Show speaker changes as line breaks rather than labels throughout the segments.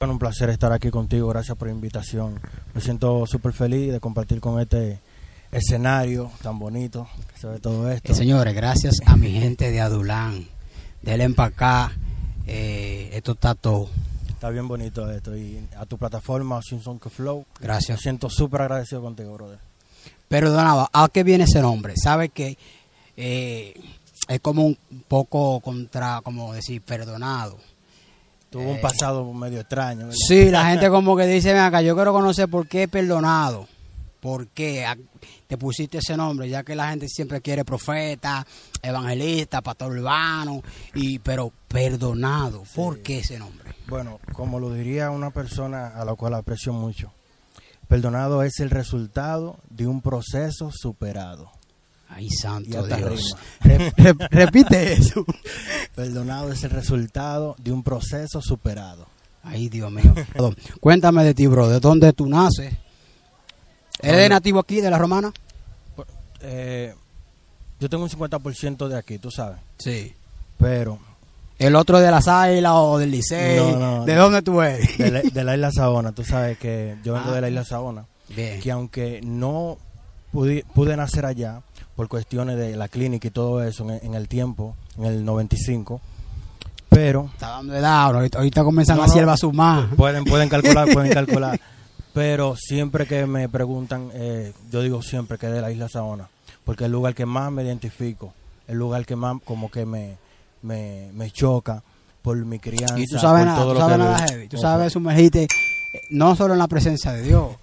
Bueno, un placer estar aquí contigo, gracias por la invitación. Me siento súper feliz de compartir con este escenario tan bonito que se ve todo esto.
Señores, gracias a mi gente de Adulán, denle para acá, esto está todo.
Está bien bonito esto y a tu plataforma Simpson que Flow.
Gracias.
Me siento súper agradecido contigo, brother.
Perdonado, ¿a qué viene ese nombre? ¿Sabe que es como un poco como decir, perdonado?
Tuvo un pasado medio extraño, ¿verdad?
Sí, la gente como que dice, ven acá, yo quiero conocer por qué perdonado. ¿Por qué te pusiste ese nombre? Ya que la gente siempre quiere profeta, evangelista, pastor urbano, pero perdonado. Sí. ¿Por qué ese nombre?
Bueno, como lo diría una persona a la cual aprecio mucho, perdonado es el resultado de un proceso superado.
Ay, santo Dios.
Repite eso. Perdonado es el resultado de un proceso superado.
Ay, Dios mío. Cuéntame de ti, bro. ¿De dónde tú naces? ¿Eres nativo aquí, de La Romana?
Yo tengo un 50% de aquí, tú sabes.
Sí.
Pero...
¿El otro de las Águilas o del Licey?
No,
¿De dónde tú eres?
De la isla Saona. Tú sabes que yo vengo de la isla Saona.
Bien.
Que aunque no pude nacer allá, por cuestiones de la clínica y todo eso en el tiempo, en el 95, pero...
Está dando edad, ahorita comienzan a sierva a sumar.
Pueden calcular, pero siempre que me preguntan, yo digo siempre que es de la isla Saona, porque es el lugar que más me identifico, el lugar que más como que me choca por mi crianza.
Y tú sabes
por todo
tú sabes nada heavy, tú sabes sumergirte no solo en la presencia de Dios.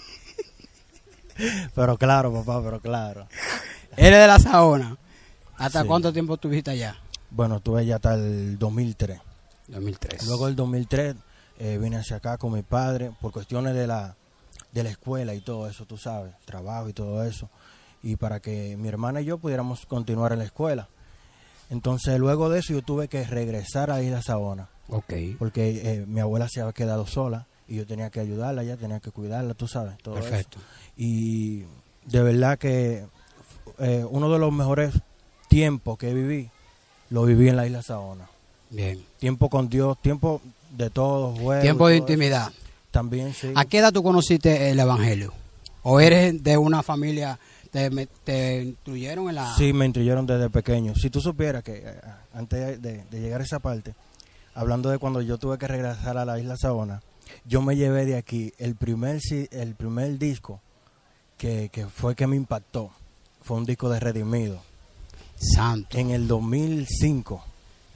Pero claro, papá, pero claro.
Eres de la Saona. ¿Hasta
sí.
¿Cuánto tiempo estuviste allá?
Bueno, estuve allá hasta el 2003.
2003.
Luego del 2003 vine hacia acá con mi padre por cuestiones de la escuela y todo eso, tú sabes, trabajo y todo eso. Y para que mi hermana y yo pudiéramos continuar en la escuela. Entonces, luego de eso yo tuve que regresar a Isla Saona.
Okay.
Porque mi abuela se había quedado sola y yo tenía que ayudarla, ya tenía que cuidarla, tú sabes, todo
perfecto.
Eso. Y de verdad que uno de los mejores tiempos que lo viví en la Isla Saona.
Bien.
Tiempo con Dios, tiempo de todo, juego.
Tiempo de intimidad.
Eso. También, sí.
¿A qué edad tú conociste el Evangelio? ¿O eres de una familia, te instruyeron en la...?
Sí, me instruyeron desde pequeño. Si tú supieras que antes de llegar a esa parte, hablando de cuando yo tuve que regresar a la Isla Saona, yo me llevé de aquí el primer disco que fue que me impactó. Fue un disco de Redimido.
Santo.
En el 2004,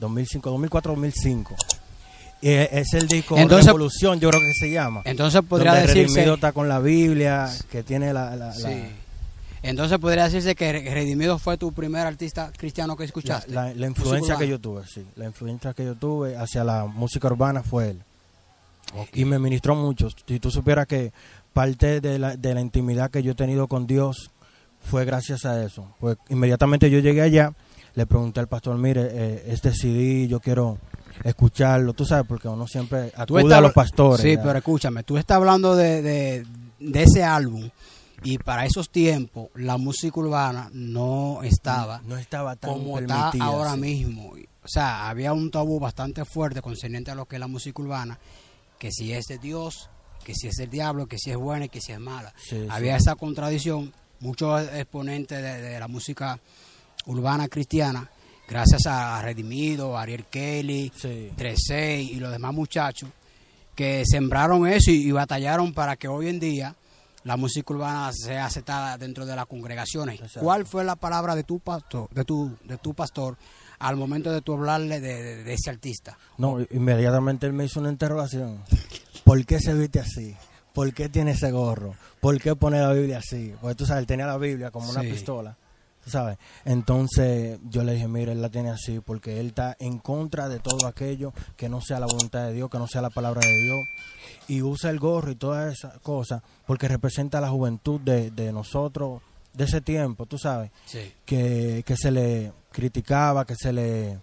2005. Es el disco entonces, Revolución, yo creo que se llama.
Entonces podría decirse...
Redimido está con la Biblia, que tiene
sí. Entonces podría decirse que Redimido fue tu primer artista cristiano que escuchaste.
La influencia que yo tuve, sí. La influencia que yo tuve hacia la música urbana fue él. Okay. Y me ministró mucho. Si tú supieras que parte de la intimidad que yo he tenido con Dios fue gracias a eso. Pues inmediatamente yo llegué allá, le pregunté al pastor, mire, este CD yo quiero escucharlo, tú sabes, porque uno siempre acude a los pastores.
Sí, pero escúchame, tú estás hablando de ese álbum y para esos tiempos la música urbana no estaba
tan
como
permitida,
está ahora
sí.
mismo. O sea, había un tabú bastante fuerte concerniente a lo que es la música urbana, que si es de Dios, que si es del diablo, que si es buena y que si es mala.
Sí,
había esa contradicción. Muchos exponentes de la música urbana cristiana, gracias a Redimido, a Ariel Kelly,
sí.
3-6 y los demás muchachos, que sembraron eso y batallaron para que hoy en día la música urbana sea aceptada dentro de las congregaciones. Exacto. ¿Cuál fue la palabra de tu pastor, de tu pastor al momento de tu hablarle de ese artista?
No, inmediatamente él me hizo una interrogación. ¿Por qué se viste así? ¿Por qué tiene ese gorro? ¿Por qué pone la Biblia así? Porque tú sabes, él tenía la Biblia como una pistola, tú sabes. Entonces yo le dije, mira, él la tiene así porque él está en contra de todo aquello que no sea la voluntad de Dios, que no sea la palabra de Dios. Y usa el gorro y todas esas cosas porque representa la juventud de nosotros, de ese tiempo, tú sabes.
Sí.
Que se le criticaba, que se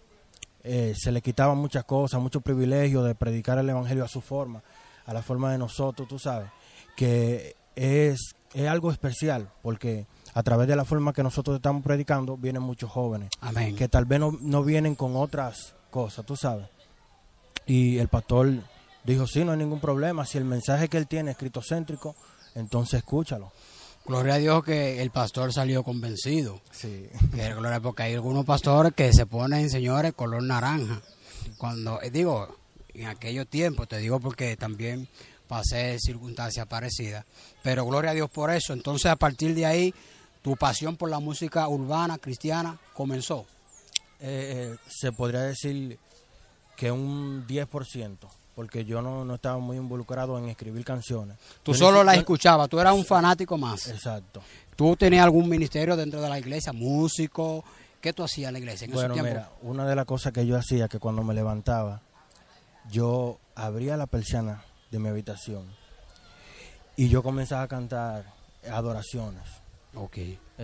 le quitaban muchas cosas, muchos privilegios de predicar el evangelio a su forma, a la forma de nosotros, tú sabes, que es algo especial, porque a través de la forma que nosotros estamos predicando, vienen muchos jóvenes.
Amén.
Que tal vez no vienen con otras cosas, tú sabes. Y el pastor dijo, sí, no hay ningún problema. Si el mensaje que él tiene es cristocéntrico, entonces escúchalo.
Gloria a Dios que el pastor salió convencido.
Sí.
Gloria, porque hay algunos pastores que se ponen, señores, color naranja. Cuando, digo, en aquellos tiempos, te digo porque también pasé circunstancias parecidas. Pero gloria a Dios por eso. Entonces, a partir de ahí, tu pasión por la música urbana, cristiana, comenzó.
Se podría decir que un 10%. Porque yo no estaba muy involucrado en escribir canciones.
Tú solo las escuchabas, tú eras un fanático más.
Exacto.
¿Tú tenías algún ministerio dentro de la iglesia, músico? ¿Qué tú hacías en la iglesia en esos tiempos?
Mira, una de las cosas que yo hacía, que cuando me levantaba, yo abría la persiana de mi habitación y yo comenzaba a cantar adoraciones.
Ok.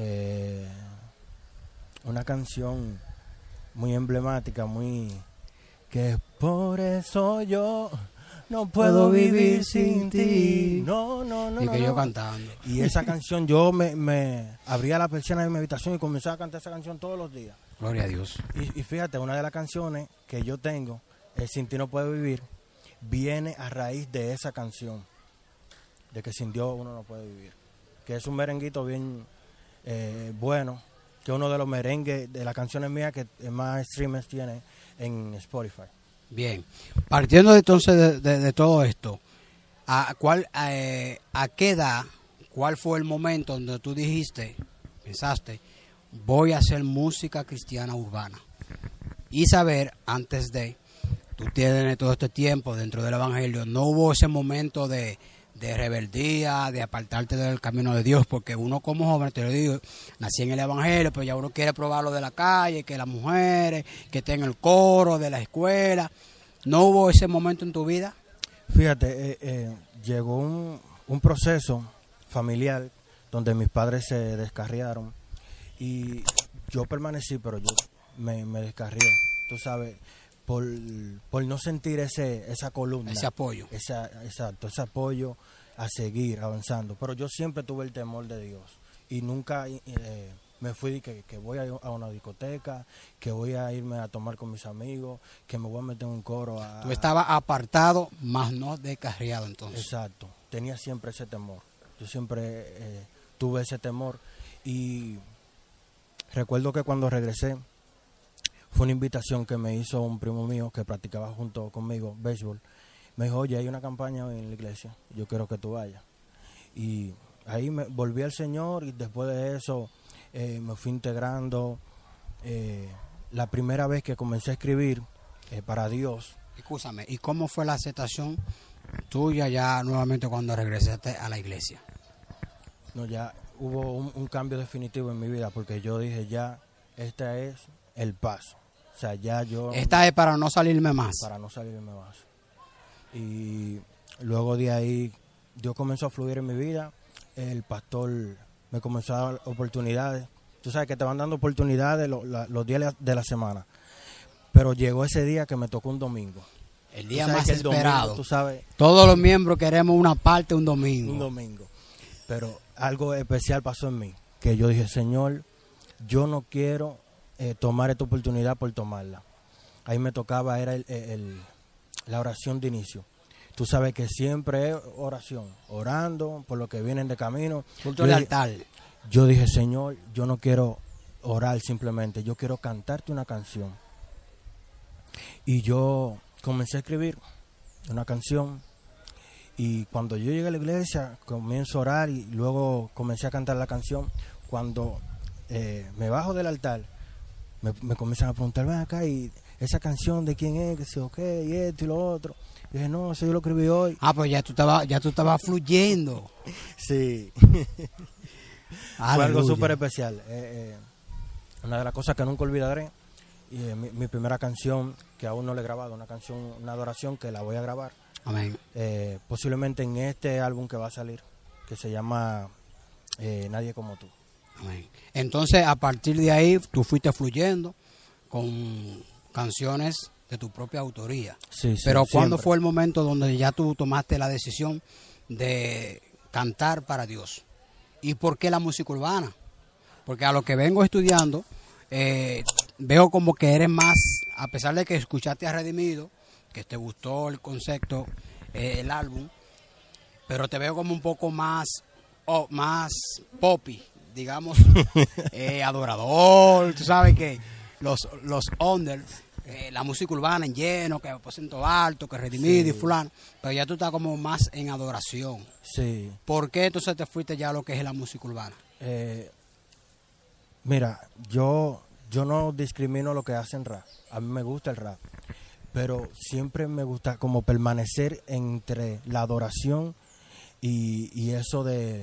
Una canción muy emblemática, que por eso yo no puedo vivir sin ti. No.
Y que yo cantando.
Y esa canción, yo me abría la persiana de mi habitación y comenzaba a cantar esa canción todos los días.
Gloria a Dios.
Y fíjate, una de las canciones que yo tengo, Sin ti no puedo vivir, viene a raíz de esa canción, de que sin Dios uno no puede vivir. Que es un merenguito bien bueno, que es uno de los merengues de las canciones mías que más streamers tiene en Spotify.
Bien, partiendo entonces de todo esto, ¿a qué edad, cuál fue el momento donde tú pensaste, voy a hacer música cristiana urbana? Y saber, antes de, tú tienes todo este tiempo dentro del evangelio, no hubo ese momento de rebeldía, de apartarte del camino de Dios, porque uno como joven, te lo digo, nací en el evangelio, pero ya uno quiere probar lo de la calle, que las mujeres, que esté en el coro de la escuela. ¿No hubo ese momento en tu vida?
Fíjate, llegó un proceso familiar donde mis padres se descarriaron y yo permanecí, pero yo me descarrié, tú sabes, por no sentir esa columna.
Ese apoyo.
Exacto, ese apoyo a seguir avanzando. Pero yo siempre tuve el temor de Dios y nunca me fui que voy a ir a una discoteca, que voy a irme a tomar con mis amigos, que me voy a meter en un coro.
Tú estabas apartado, más no descarriado entonces.
Exacto, tenía siempre ese temor. Yo siempre tuve ese temor y recuerdo que cuando regresé, fue una invitación que me hizo un primo mío que practicaba junto conmigo béisbol. Me dijo, oye, hay una campaña en la iglesia, yo quiero que tú vayas. Y ahí me volví al Señor y después de eso me fui integrando. La primera vez que comencé a escribir para Dios.
Escúchame, ¿y cómo fue la aceptación tuya ya nuevamente cuando regresaste a la iglesia?
No, ya hubo un cambio definitivo en mi vida porque yo dije, ya, este es el paso. O sea, ya yo...
Esta es para no salirme más.
Para no salirme más. Y luego de ahí, Dios comenzó a fluir en mi vida. El pastor me comenzó a dar oportunidades. Tú sabes que te van dando oportunidades los días de la semana. Pero llegó ese día que me tocó un domingo.
El día más esperado.
Domingo, tú sabes,
todos los miembros queremos una parte un domingo.
Un domingo. Pero algo especial pasó en mí. Que yo dije, Señor, yo no quiero tomar esta oportunidad por tomarla. Ahí me tocaba, era la oración de inicio. Tú sabes que siempre es oración, orando por lo que vienen de camino.
Culto de altar.
Yo dije, Señor, yo no quiero orar simplemente, yo quiero cantarte una canción. Y yo comencé a escribir una canción. Y cuando yo llegué a la iglesia, comienzo a orar y luego comencé a cantar la canción. Cuando me bajo del altar, me comienzan a preguntar, ven acá, y esa canción de quién es, que sí, ok, y esto y lo otro. Y dije, no, eso yo lo escribí hoy.
Ah, pues ya tú estabas fluyendo.
Sí. Fue algo súper especial. Una de las cosas que nunca olvidaré. Y mi primera canción, que aún no le he grabado, una adoración que la voy a grabar.
Amén.
Posiblemente en este álbum que va a salir, que se llama Nadie como tú.
Amén. Entonces, a partir de ahí, tú fuiste fluyendo con canciones de tu propia autoría.
Sí,
pero ¿cuándo
siempre
fue el momento donde ya tú tomaste la decisión de cantar para Dios? ¿Y por qué la música urbana? Porque a lo que vengo estudiando, veo como que eres más, a pesar de que escuchaste a Redimido, que te gustó el concepto el álbum, pero te veo como un poco más poppy, digamos, adorador. Tú sabes que los under, la música urbana en lleno, que Aposento Alto, que Redimido y fulano, pero ya tú estás como más en adoración.
Sí.
¿Por qué entonces te fuiste ya a lo que es la música urbana?
Mira, yo no discrimino lo que hacen rap. A mí me gusta el rap, pero siempre me gusta como permanecer entre la adoración y eso del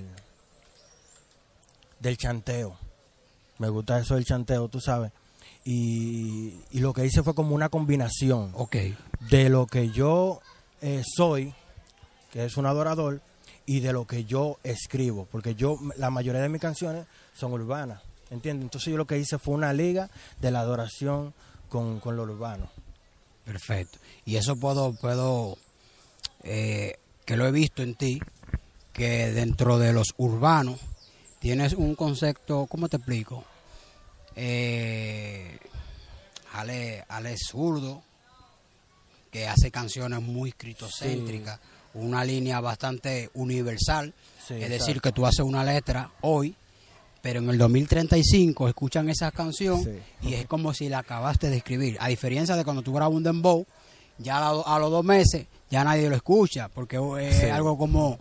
chanteo. Me gusta eso del chanteo, tú sabes. Y lo que hice fue como una combinación de lo que yo soy, que es un adorador, y de lo que yo escribo, porque la mayoría de mis canciones son urbanas, ¿entiendes? Entonces yo lo que hice fue una liga de la adoración con lo urbano.
Perfecto. Y eso puedo que lo he visto en ti, que dentro de los urbanos tienes un concepto, ¿cómo te explico? Ale Zurdo, que hace canciones muy cristocéntricas, una línea bastante universal, es decir, que tú haces una letra hoy, pero en el 2035 escuchan esa canción y es como si la acabaste de escribir, a diferencia de cuando tú grabas un dembow, ya a los 2 meses ya nadie lo escucha, porque es algo como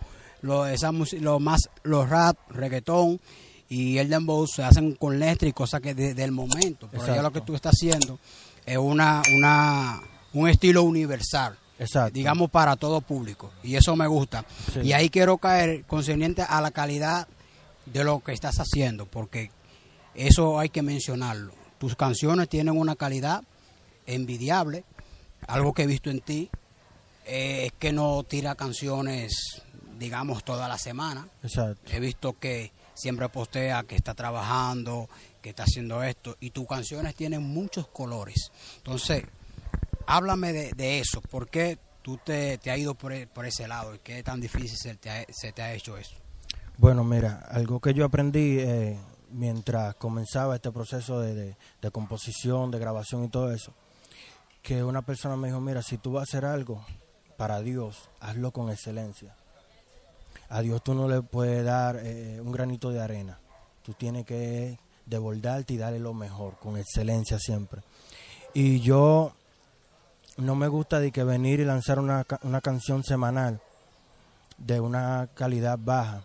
los rap, reggaetón y el dembow se hacen con letra y cosas que del momento, pero ya lo que tú estás haciendo es un estilo universal, digamos, para todo público, y eso me gusta. Y ahí quiero caer concerniente a la calidad de lo que estás haciendo, porque eso hay que mencionarlo. Tus canciones tienen una calidad envidiable. Algo que he visto en ti es que no tira canciones, digamos, toda la semana. He visto que siempre postea que está trabajando, que está haciendo esto, y tus canciones tienen muchos colores. Entonces, háblame de eso. ¿Por qué tú te has ido por ese lado y qué tan difícil se te ha hecho eso?
Bueno, mira, algo que yo aprendí mientras comenzaba este proceso de composición, de grabación y todo eso, que una persona me dijo, mira, si tú vas a hacer algo para Dios, hazlo con excelencia. A Dios tú no le puedes dar un granito de arena. Tú tienes que desbordarte y darle lo mejor, con excelencia siempre. Y yo no me gusta de que venir y lanzar una canción semanal de una calidad baja,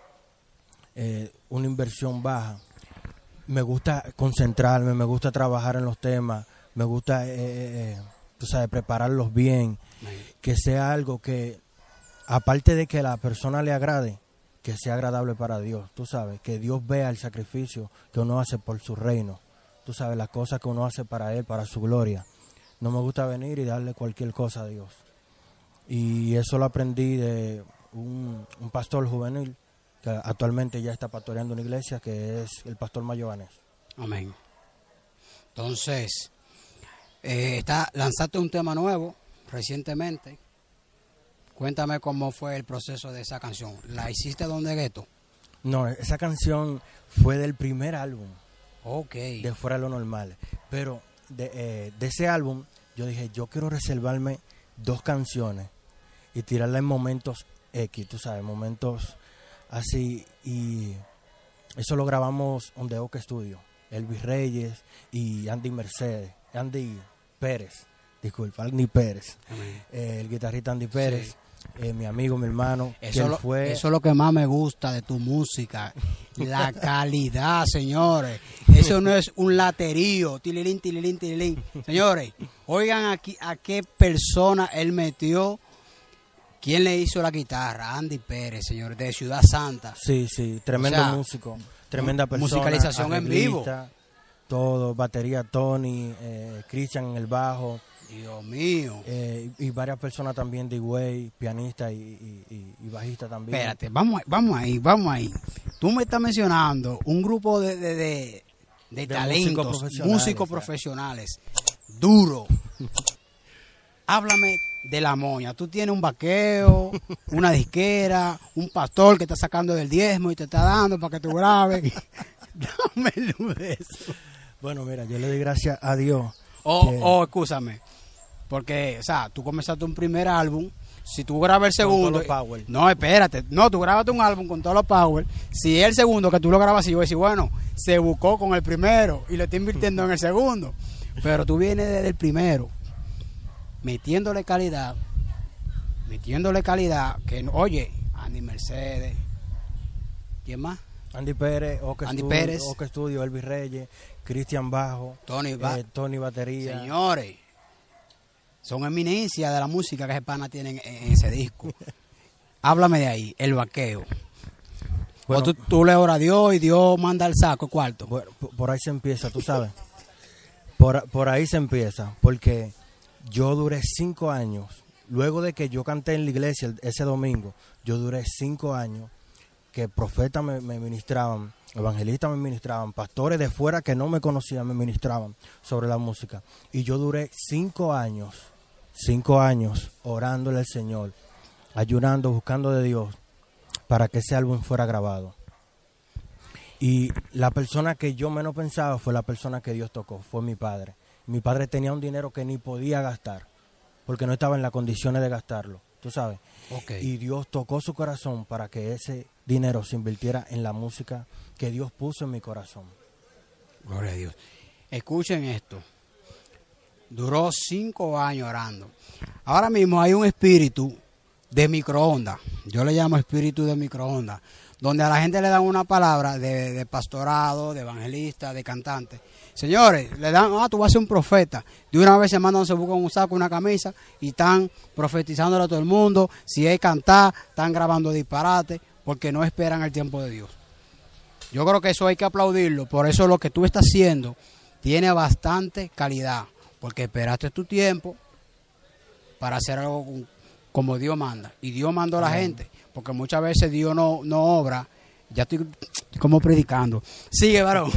una inversión baja. Me gusta concentrarme, me gusta trabajar en los temas, me gusta tú sabes, prepararlos bien, que sea algo que, aparte de que la persona le agrade, que sea agradable para Dios, tú sabes, que Dios vea el sacrificio que uno hace por su reino, tú sabes, las cosas que uno hace para Él, para su gloria. No me gusta venir y darle cualquier cosa a Dios. Y eso lo aprendí de un pastor juvenil que actualmente ya está pastoreando una iglesia, que es el pastor Mayobanes.
Amén. Entonces, lanzaste un tema nuevo recientemente. Cuéntame cómo fue el proceso de esa canción. ¿La hiciste donde Gueto?
No, esa canción fue del primer álbum. De Fuera de lo Normal. Pero de ese álbum, yo dije, yo quiero reservarme 2 canciones y tirarla en momentos X, tú sabes, momentos así. Y eso lo grabamos en The Oak Studio. Elvis Reyes y Andy Pérez. El guitarrista Andy Pérez. Mi amigo, mi hermano,
eso es lo que más me gusta de tu música, la calidad, señores. Eso no es un laterío, tililín, tililín, tililín. Señores, oigan aquí a qué persona él metió. ¿Quién le hizo la guitarra? Andy Pérez, señores, de Ciudad Santa.
Sí, tremendo músico, tremenda persona.
Musicalización en vivo.
Todo, batería Tony, Christian en el bajo.
Dios mío.
Y varias personas también, D-Way, pianista y bajista también.
Espérate, vamos ahí. Tú me estás mencionando un grupo de talentos, músicos profesionales. Duro. Háblame de La Moña. Tú tienes un vaqueo, una disquera, un pastor que está sacando del diezmo y te está dando para que tú grabes. Dame luz de eso.
Bueno, mira, yo le doy gracias a Dios.
Escúchame. Porque, o sea, tú comenzaste un primer álbum si tú grabas el segundo, no, espérate, no, tú grabaste un álbum con todos los power, si el segundo que tú lo grabas, y yo voy a decir, bueno, se buscó con el primero y lo está invirtiendo en el segundo, pero tú vienes desde el primero, metiéndole calidad, que, oye, Andy Mercedes, ¿quién más?
Andy Pérez,
Andy Pérez,
Oca Studio, Elvis Reyes, Cristian Bajo, Tony Batería.
Señores, son eminencias de la música que ese pana tienen en ese disco. Háblame de ahí, el vaqueo. Bueno, tú le oras a Dios y Dios manda el saco cuarto.
Bueno, por ahí se empieza, tú sabes. Por ahí se empieza, porque yo duré 5 años. Luego de que yo canté en la iglesia ese domingo, yo duré 5 años que profetas me ministraban, evangelistas me ministraban, pastores de fuera que no me conocían me ministraban sobre la música. Y yo duré 5 años orándole al Señor, ayunando, buscando de Dios para que ese álbum fuera grabado. Y la persona que yo menos pensaba fue la persona que Dios tocó, fue mi padre. Mi padre tenía un dinero que ni podía gastar, porque no estaba en las condiciones de gastarlo, tú sabes.
Okay.
Y Dios tocó su corazón para que ese dinero se invirtiera en la música que Dios puso en mi corazón.
Gloria a Dios. Escuchen esto. Duró 5 años orando. Ahora mismo hay un espíritu de microondas. Yo le llamo espíritu de microondas, donde a la gente le dan una palabra de pastorado, de evangelista, de cantante. Señores, le dan, tú vas a ser un profeta. De una vez se mandan, se buscan un saco, una camisa y están profetizándole a todo el mundo. Si es cantar, están grabando disparate, porque no esperan el tiempo de Dios. Yo creo que eso hay que aplaudirlo. Por eso lo que tú estás haciendo tiene bastante calidad, porque esperaste tu tiempo para hacer algo como Dios manda. Y Dios mandó a la gente, porque muchas veces Dios no obra. Ya estoy como predicando. Sigue, varón.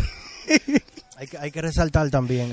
Hay que resaltar también,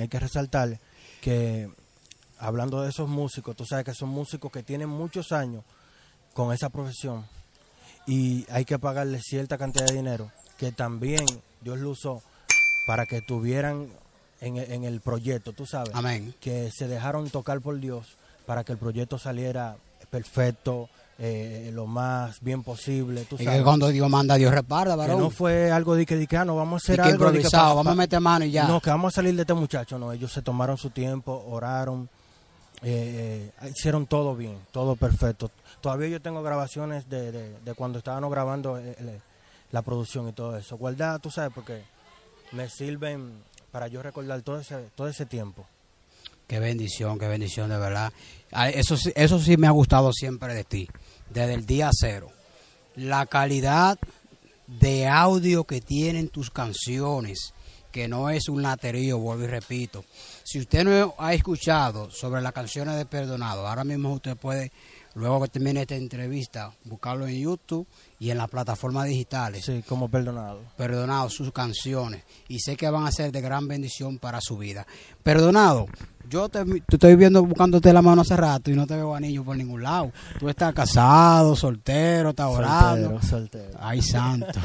que hablando de esos músicos, tú sabes que son músicos que tienen muchos años con esa profesión y hay que pagarles cierta cantidad de dinero que también Dios lo usó para que tuvieran en el proyecto, tú sabes.
Amén.
Que se dejaron tocar por Dios para que el proyecto saliera perfecto, lo más bien posible, tú sabes.
Y que cuando Dios manda, Dios reparta, varón.
Que no fue algo de que no, vamos a hacer
algo
improvisado,
vamos a meter mano y ya.
No, que vamos a salir de este muchacho, no, ellos se tomaron su tiempo, oraron, hicieron todo bien, todo perfecto. Todavía yo tengo grabaciones de cuando estábamos grabando la producción y todo eso. Guardada, tú sabes, porque me sirven para yo recordar todo ese tiempo.
Qué bendición de verdad. Eso sí me ha gustado siempre de ti, desde el día cero. La calidad de audio que tienen tus canciones, que no es un laterío, vuelvo y repito. Si usted no ha escuchado sobre las canciones de Perdonado, ahora mismo usted puede, luego que termine esta entrevista, buscarlo en YouTube y en las plataformas digitales.
Sí, como Perdonado.
Perdonado, sus canciones. Y sé que van a ser de gran bendición para su vida. Perdonado, yo te estoy viendo buscándote la mano hace rato y no te veo anillo por ningún lado. Tú estás casado, soltero, estás orando.
Soltero.
Ay, santo.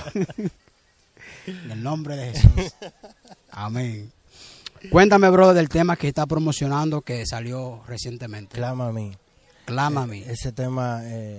En el nombre de Jesús. Amén. Cuéntame, brother, del tema que está promocionando que salió recientemente.
Clama a mí.
Clama a mí.
Ese tema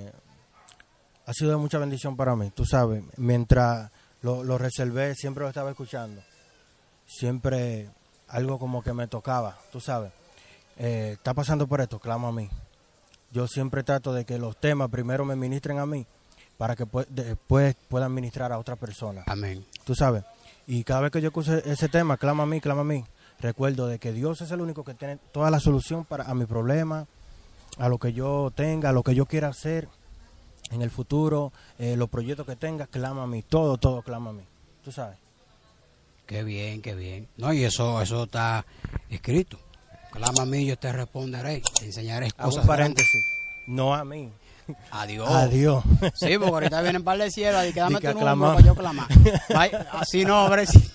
ha sido de mucha bendición para mí. Tú sabes, mientras lo reservé, siempre lo estaba escuchando. Siempre algo como que me tocaba, tú sabes. Está pasando por esto, clama a mí. Yo siempre trato de que los temas primero me ministren a mí para que después puedan ministrar a otra persona.
Amén.
Tú sabes. Y cada vez que yo escucho ese tema, clama a mí, recuerdo de que Dios es el único que tiene toda la solución a mi problema, a lo que yo tenga, a lo que yo quiera hacer en el futuro, los proyectos que tenga, clama a mí, todo clama a mí, tú sabes.
Qué bien, qué bien. No, y eso está escrito. Clama a mí, yo te responderé, te enseñaré cosas.
Hago un paréntesis, no a mí.
A Dios.
A Dios.
Sí, porque ahorita vienen un par de cielos y que dame tu
número
para yo clamar. Así no, hombre. Sí.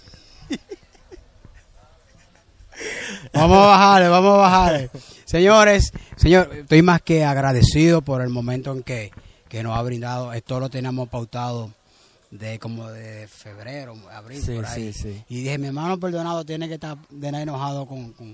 Vamos a bajarle. Señores, estoy más que agradecido por el momento en que nos ha brindado. Esto lo teníamos pautado de febrero, abril,
sí,
por ahí.
Sí.
Y dije, mi hermano Perdonado tiene que estar enojado con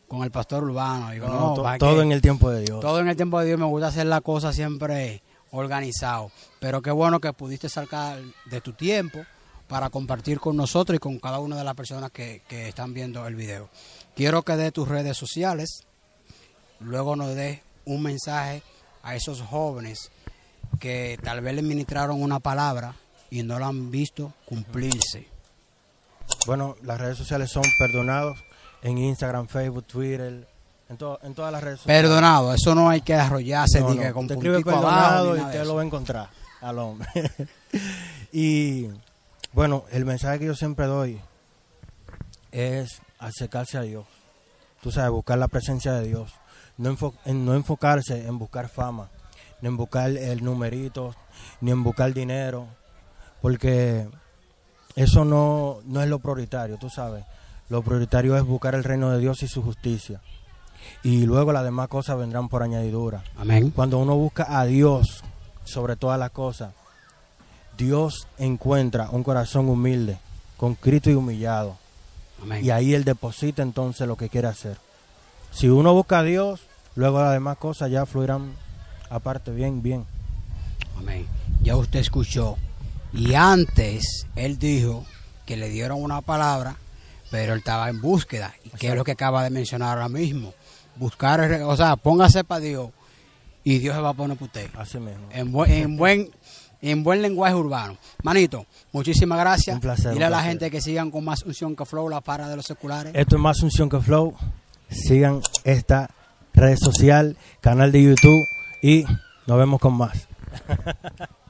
con el pastor Urbano. Digo,
todo en el tiempo de Dios.
Todo en el tiempo de Dios. Me gusta hacer la cosa siempre organizado. Pero qué bueno que pudiste sacar de tu tiempo para compartir con nosotros y con cada una de las personas que están viendo el video. Quiero que dé tus redes sociales, luego nos dé un mensaje a esos jóvenes que tal vez les ministraron una palabra y no la han visto cumplirse.
Bueno, las redes sociales son Perdonados en Instagram, Facebook, Twitter, en todas las redes sociales.
Perdonado, eso no hay que arrollarse,
no,
ni que con
te escribe
puntico
Perdonado
abajo,
y usted lo va a encontrar al hombre. Y bueno, el mensaje que yo siempre doy es acercarse a Dios. Tú sabes, buscar la presencia de Dios. No enfocarse en buscar fama, ni en buscar el numerito, ni en buscar dinero, porque eso no es lo prioritario, tú sabes. Lo prioritario es buscar el reino de Dios y su justicia. Y luego las demás cosas vendrán por añadidura.
Amén.
Cuando uno busca a Dios sobre todas las cosas, Dios encuentra un corazón humilde, contrito y humillado.
Amén.
Y ahí Él deposita entonces lo que quiere hacer. Si uno busca a Dios, luego las demás cosas ya fluirán aparte bien.
Amén. Ya usted escuchó. Y antes Él dijo que le dieron una palabra, pero Él estaba en búsqueda. ¿Y qué es lo que acaba de mencionar ahora mismo? Buscar, o sea, póngase para Dios y Dios se va a poner para usted.
Así mismo.
En buen lenguaje urbano. Manito, muchísimas gracias.
Un placer.
Dile a la gente que sigan con Más Unción que Flow, la para de los seculares.
Esto es Más Unción que Flow. Sigan esta red social, canal de YouTube y nos vemos con más.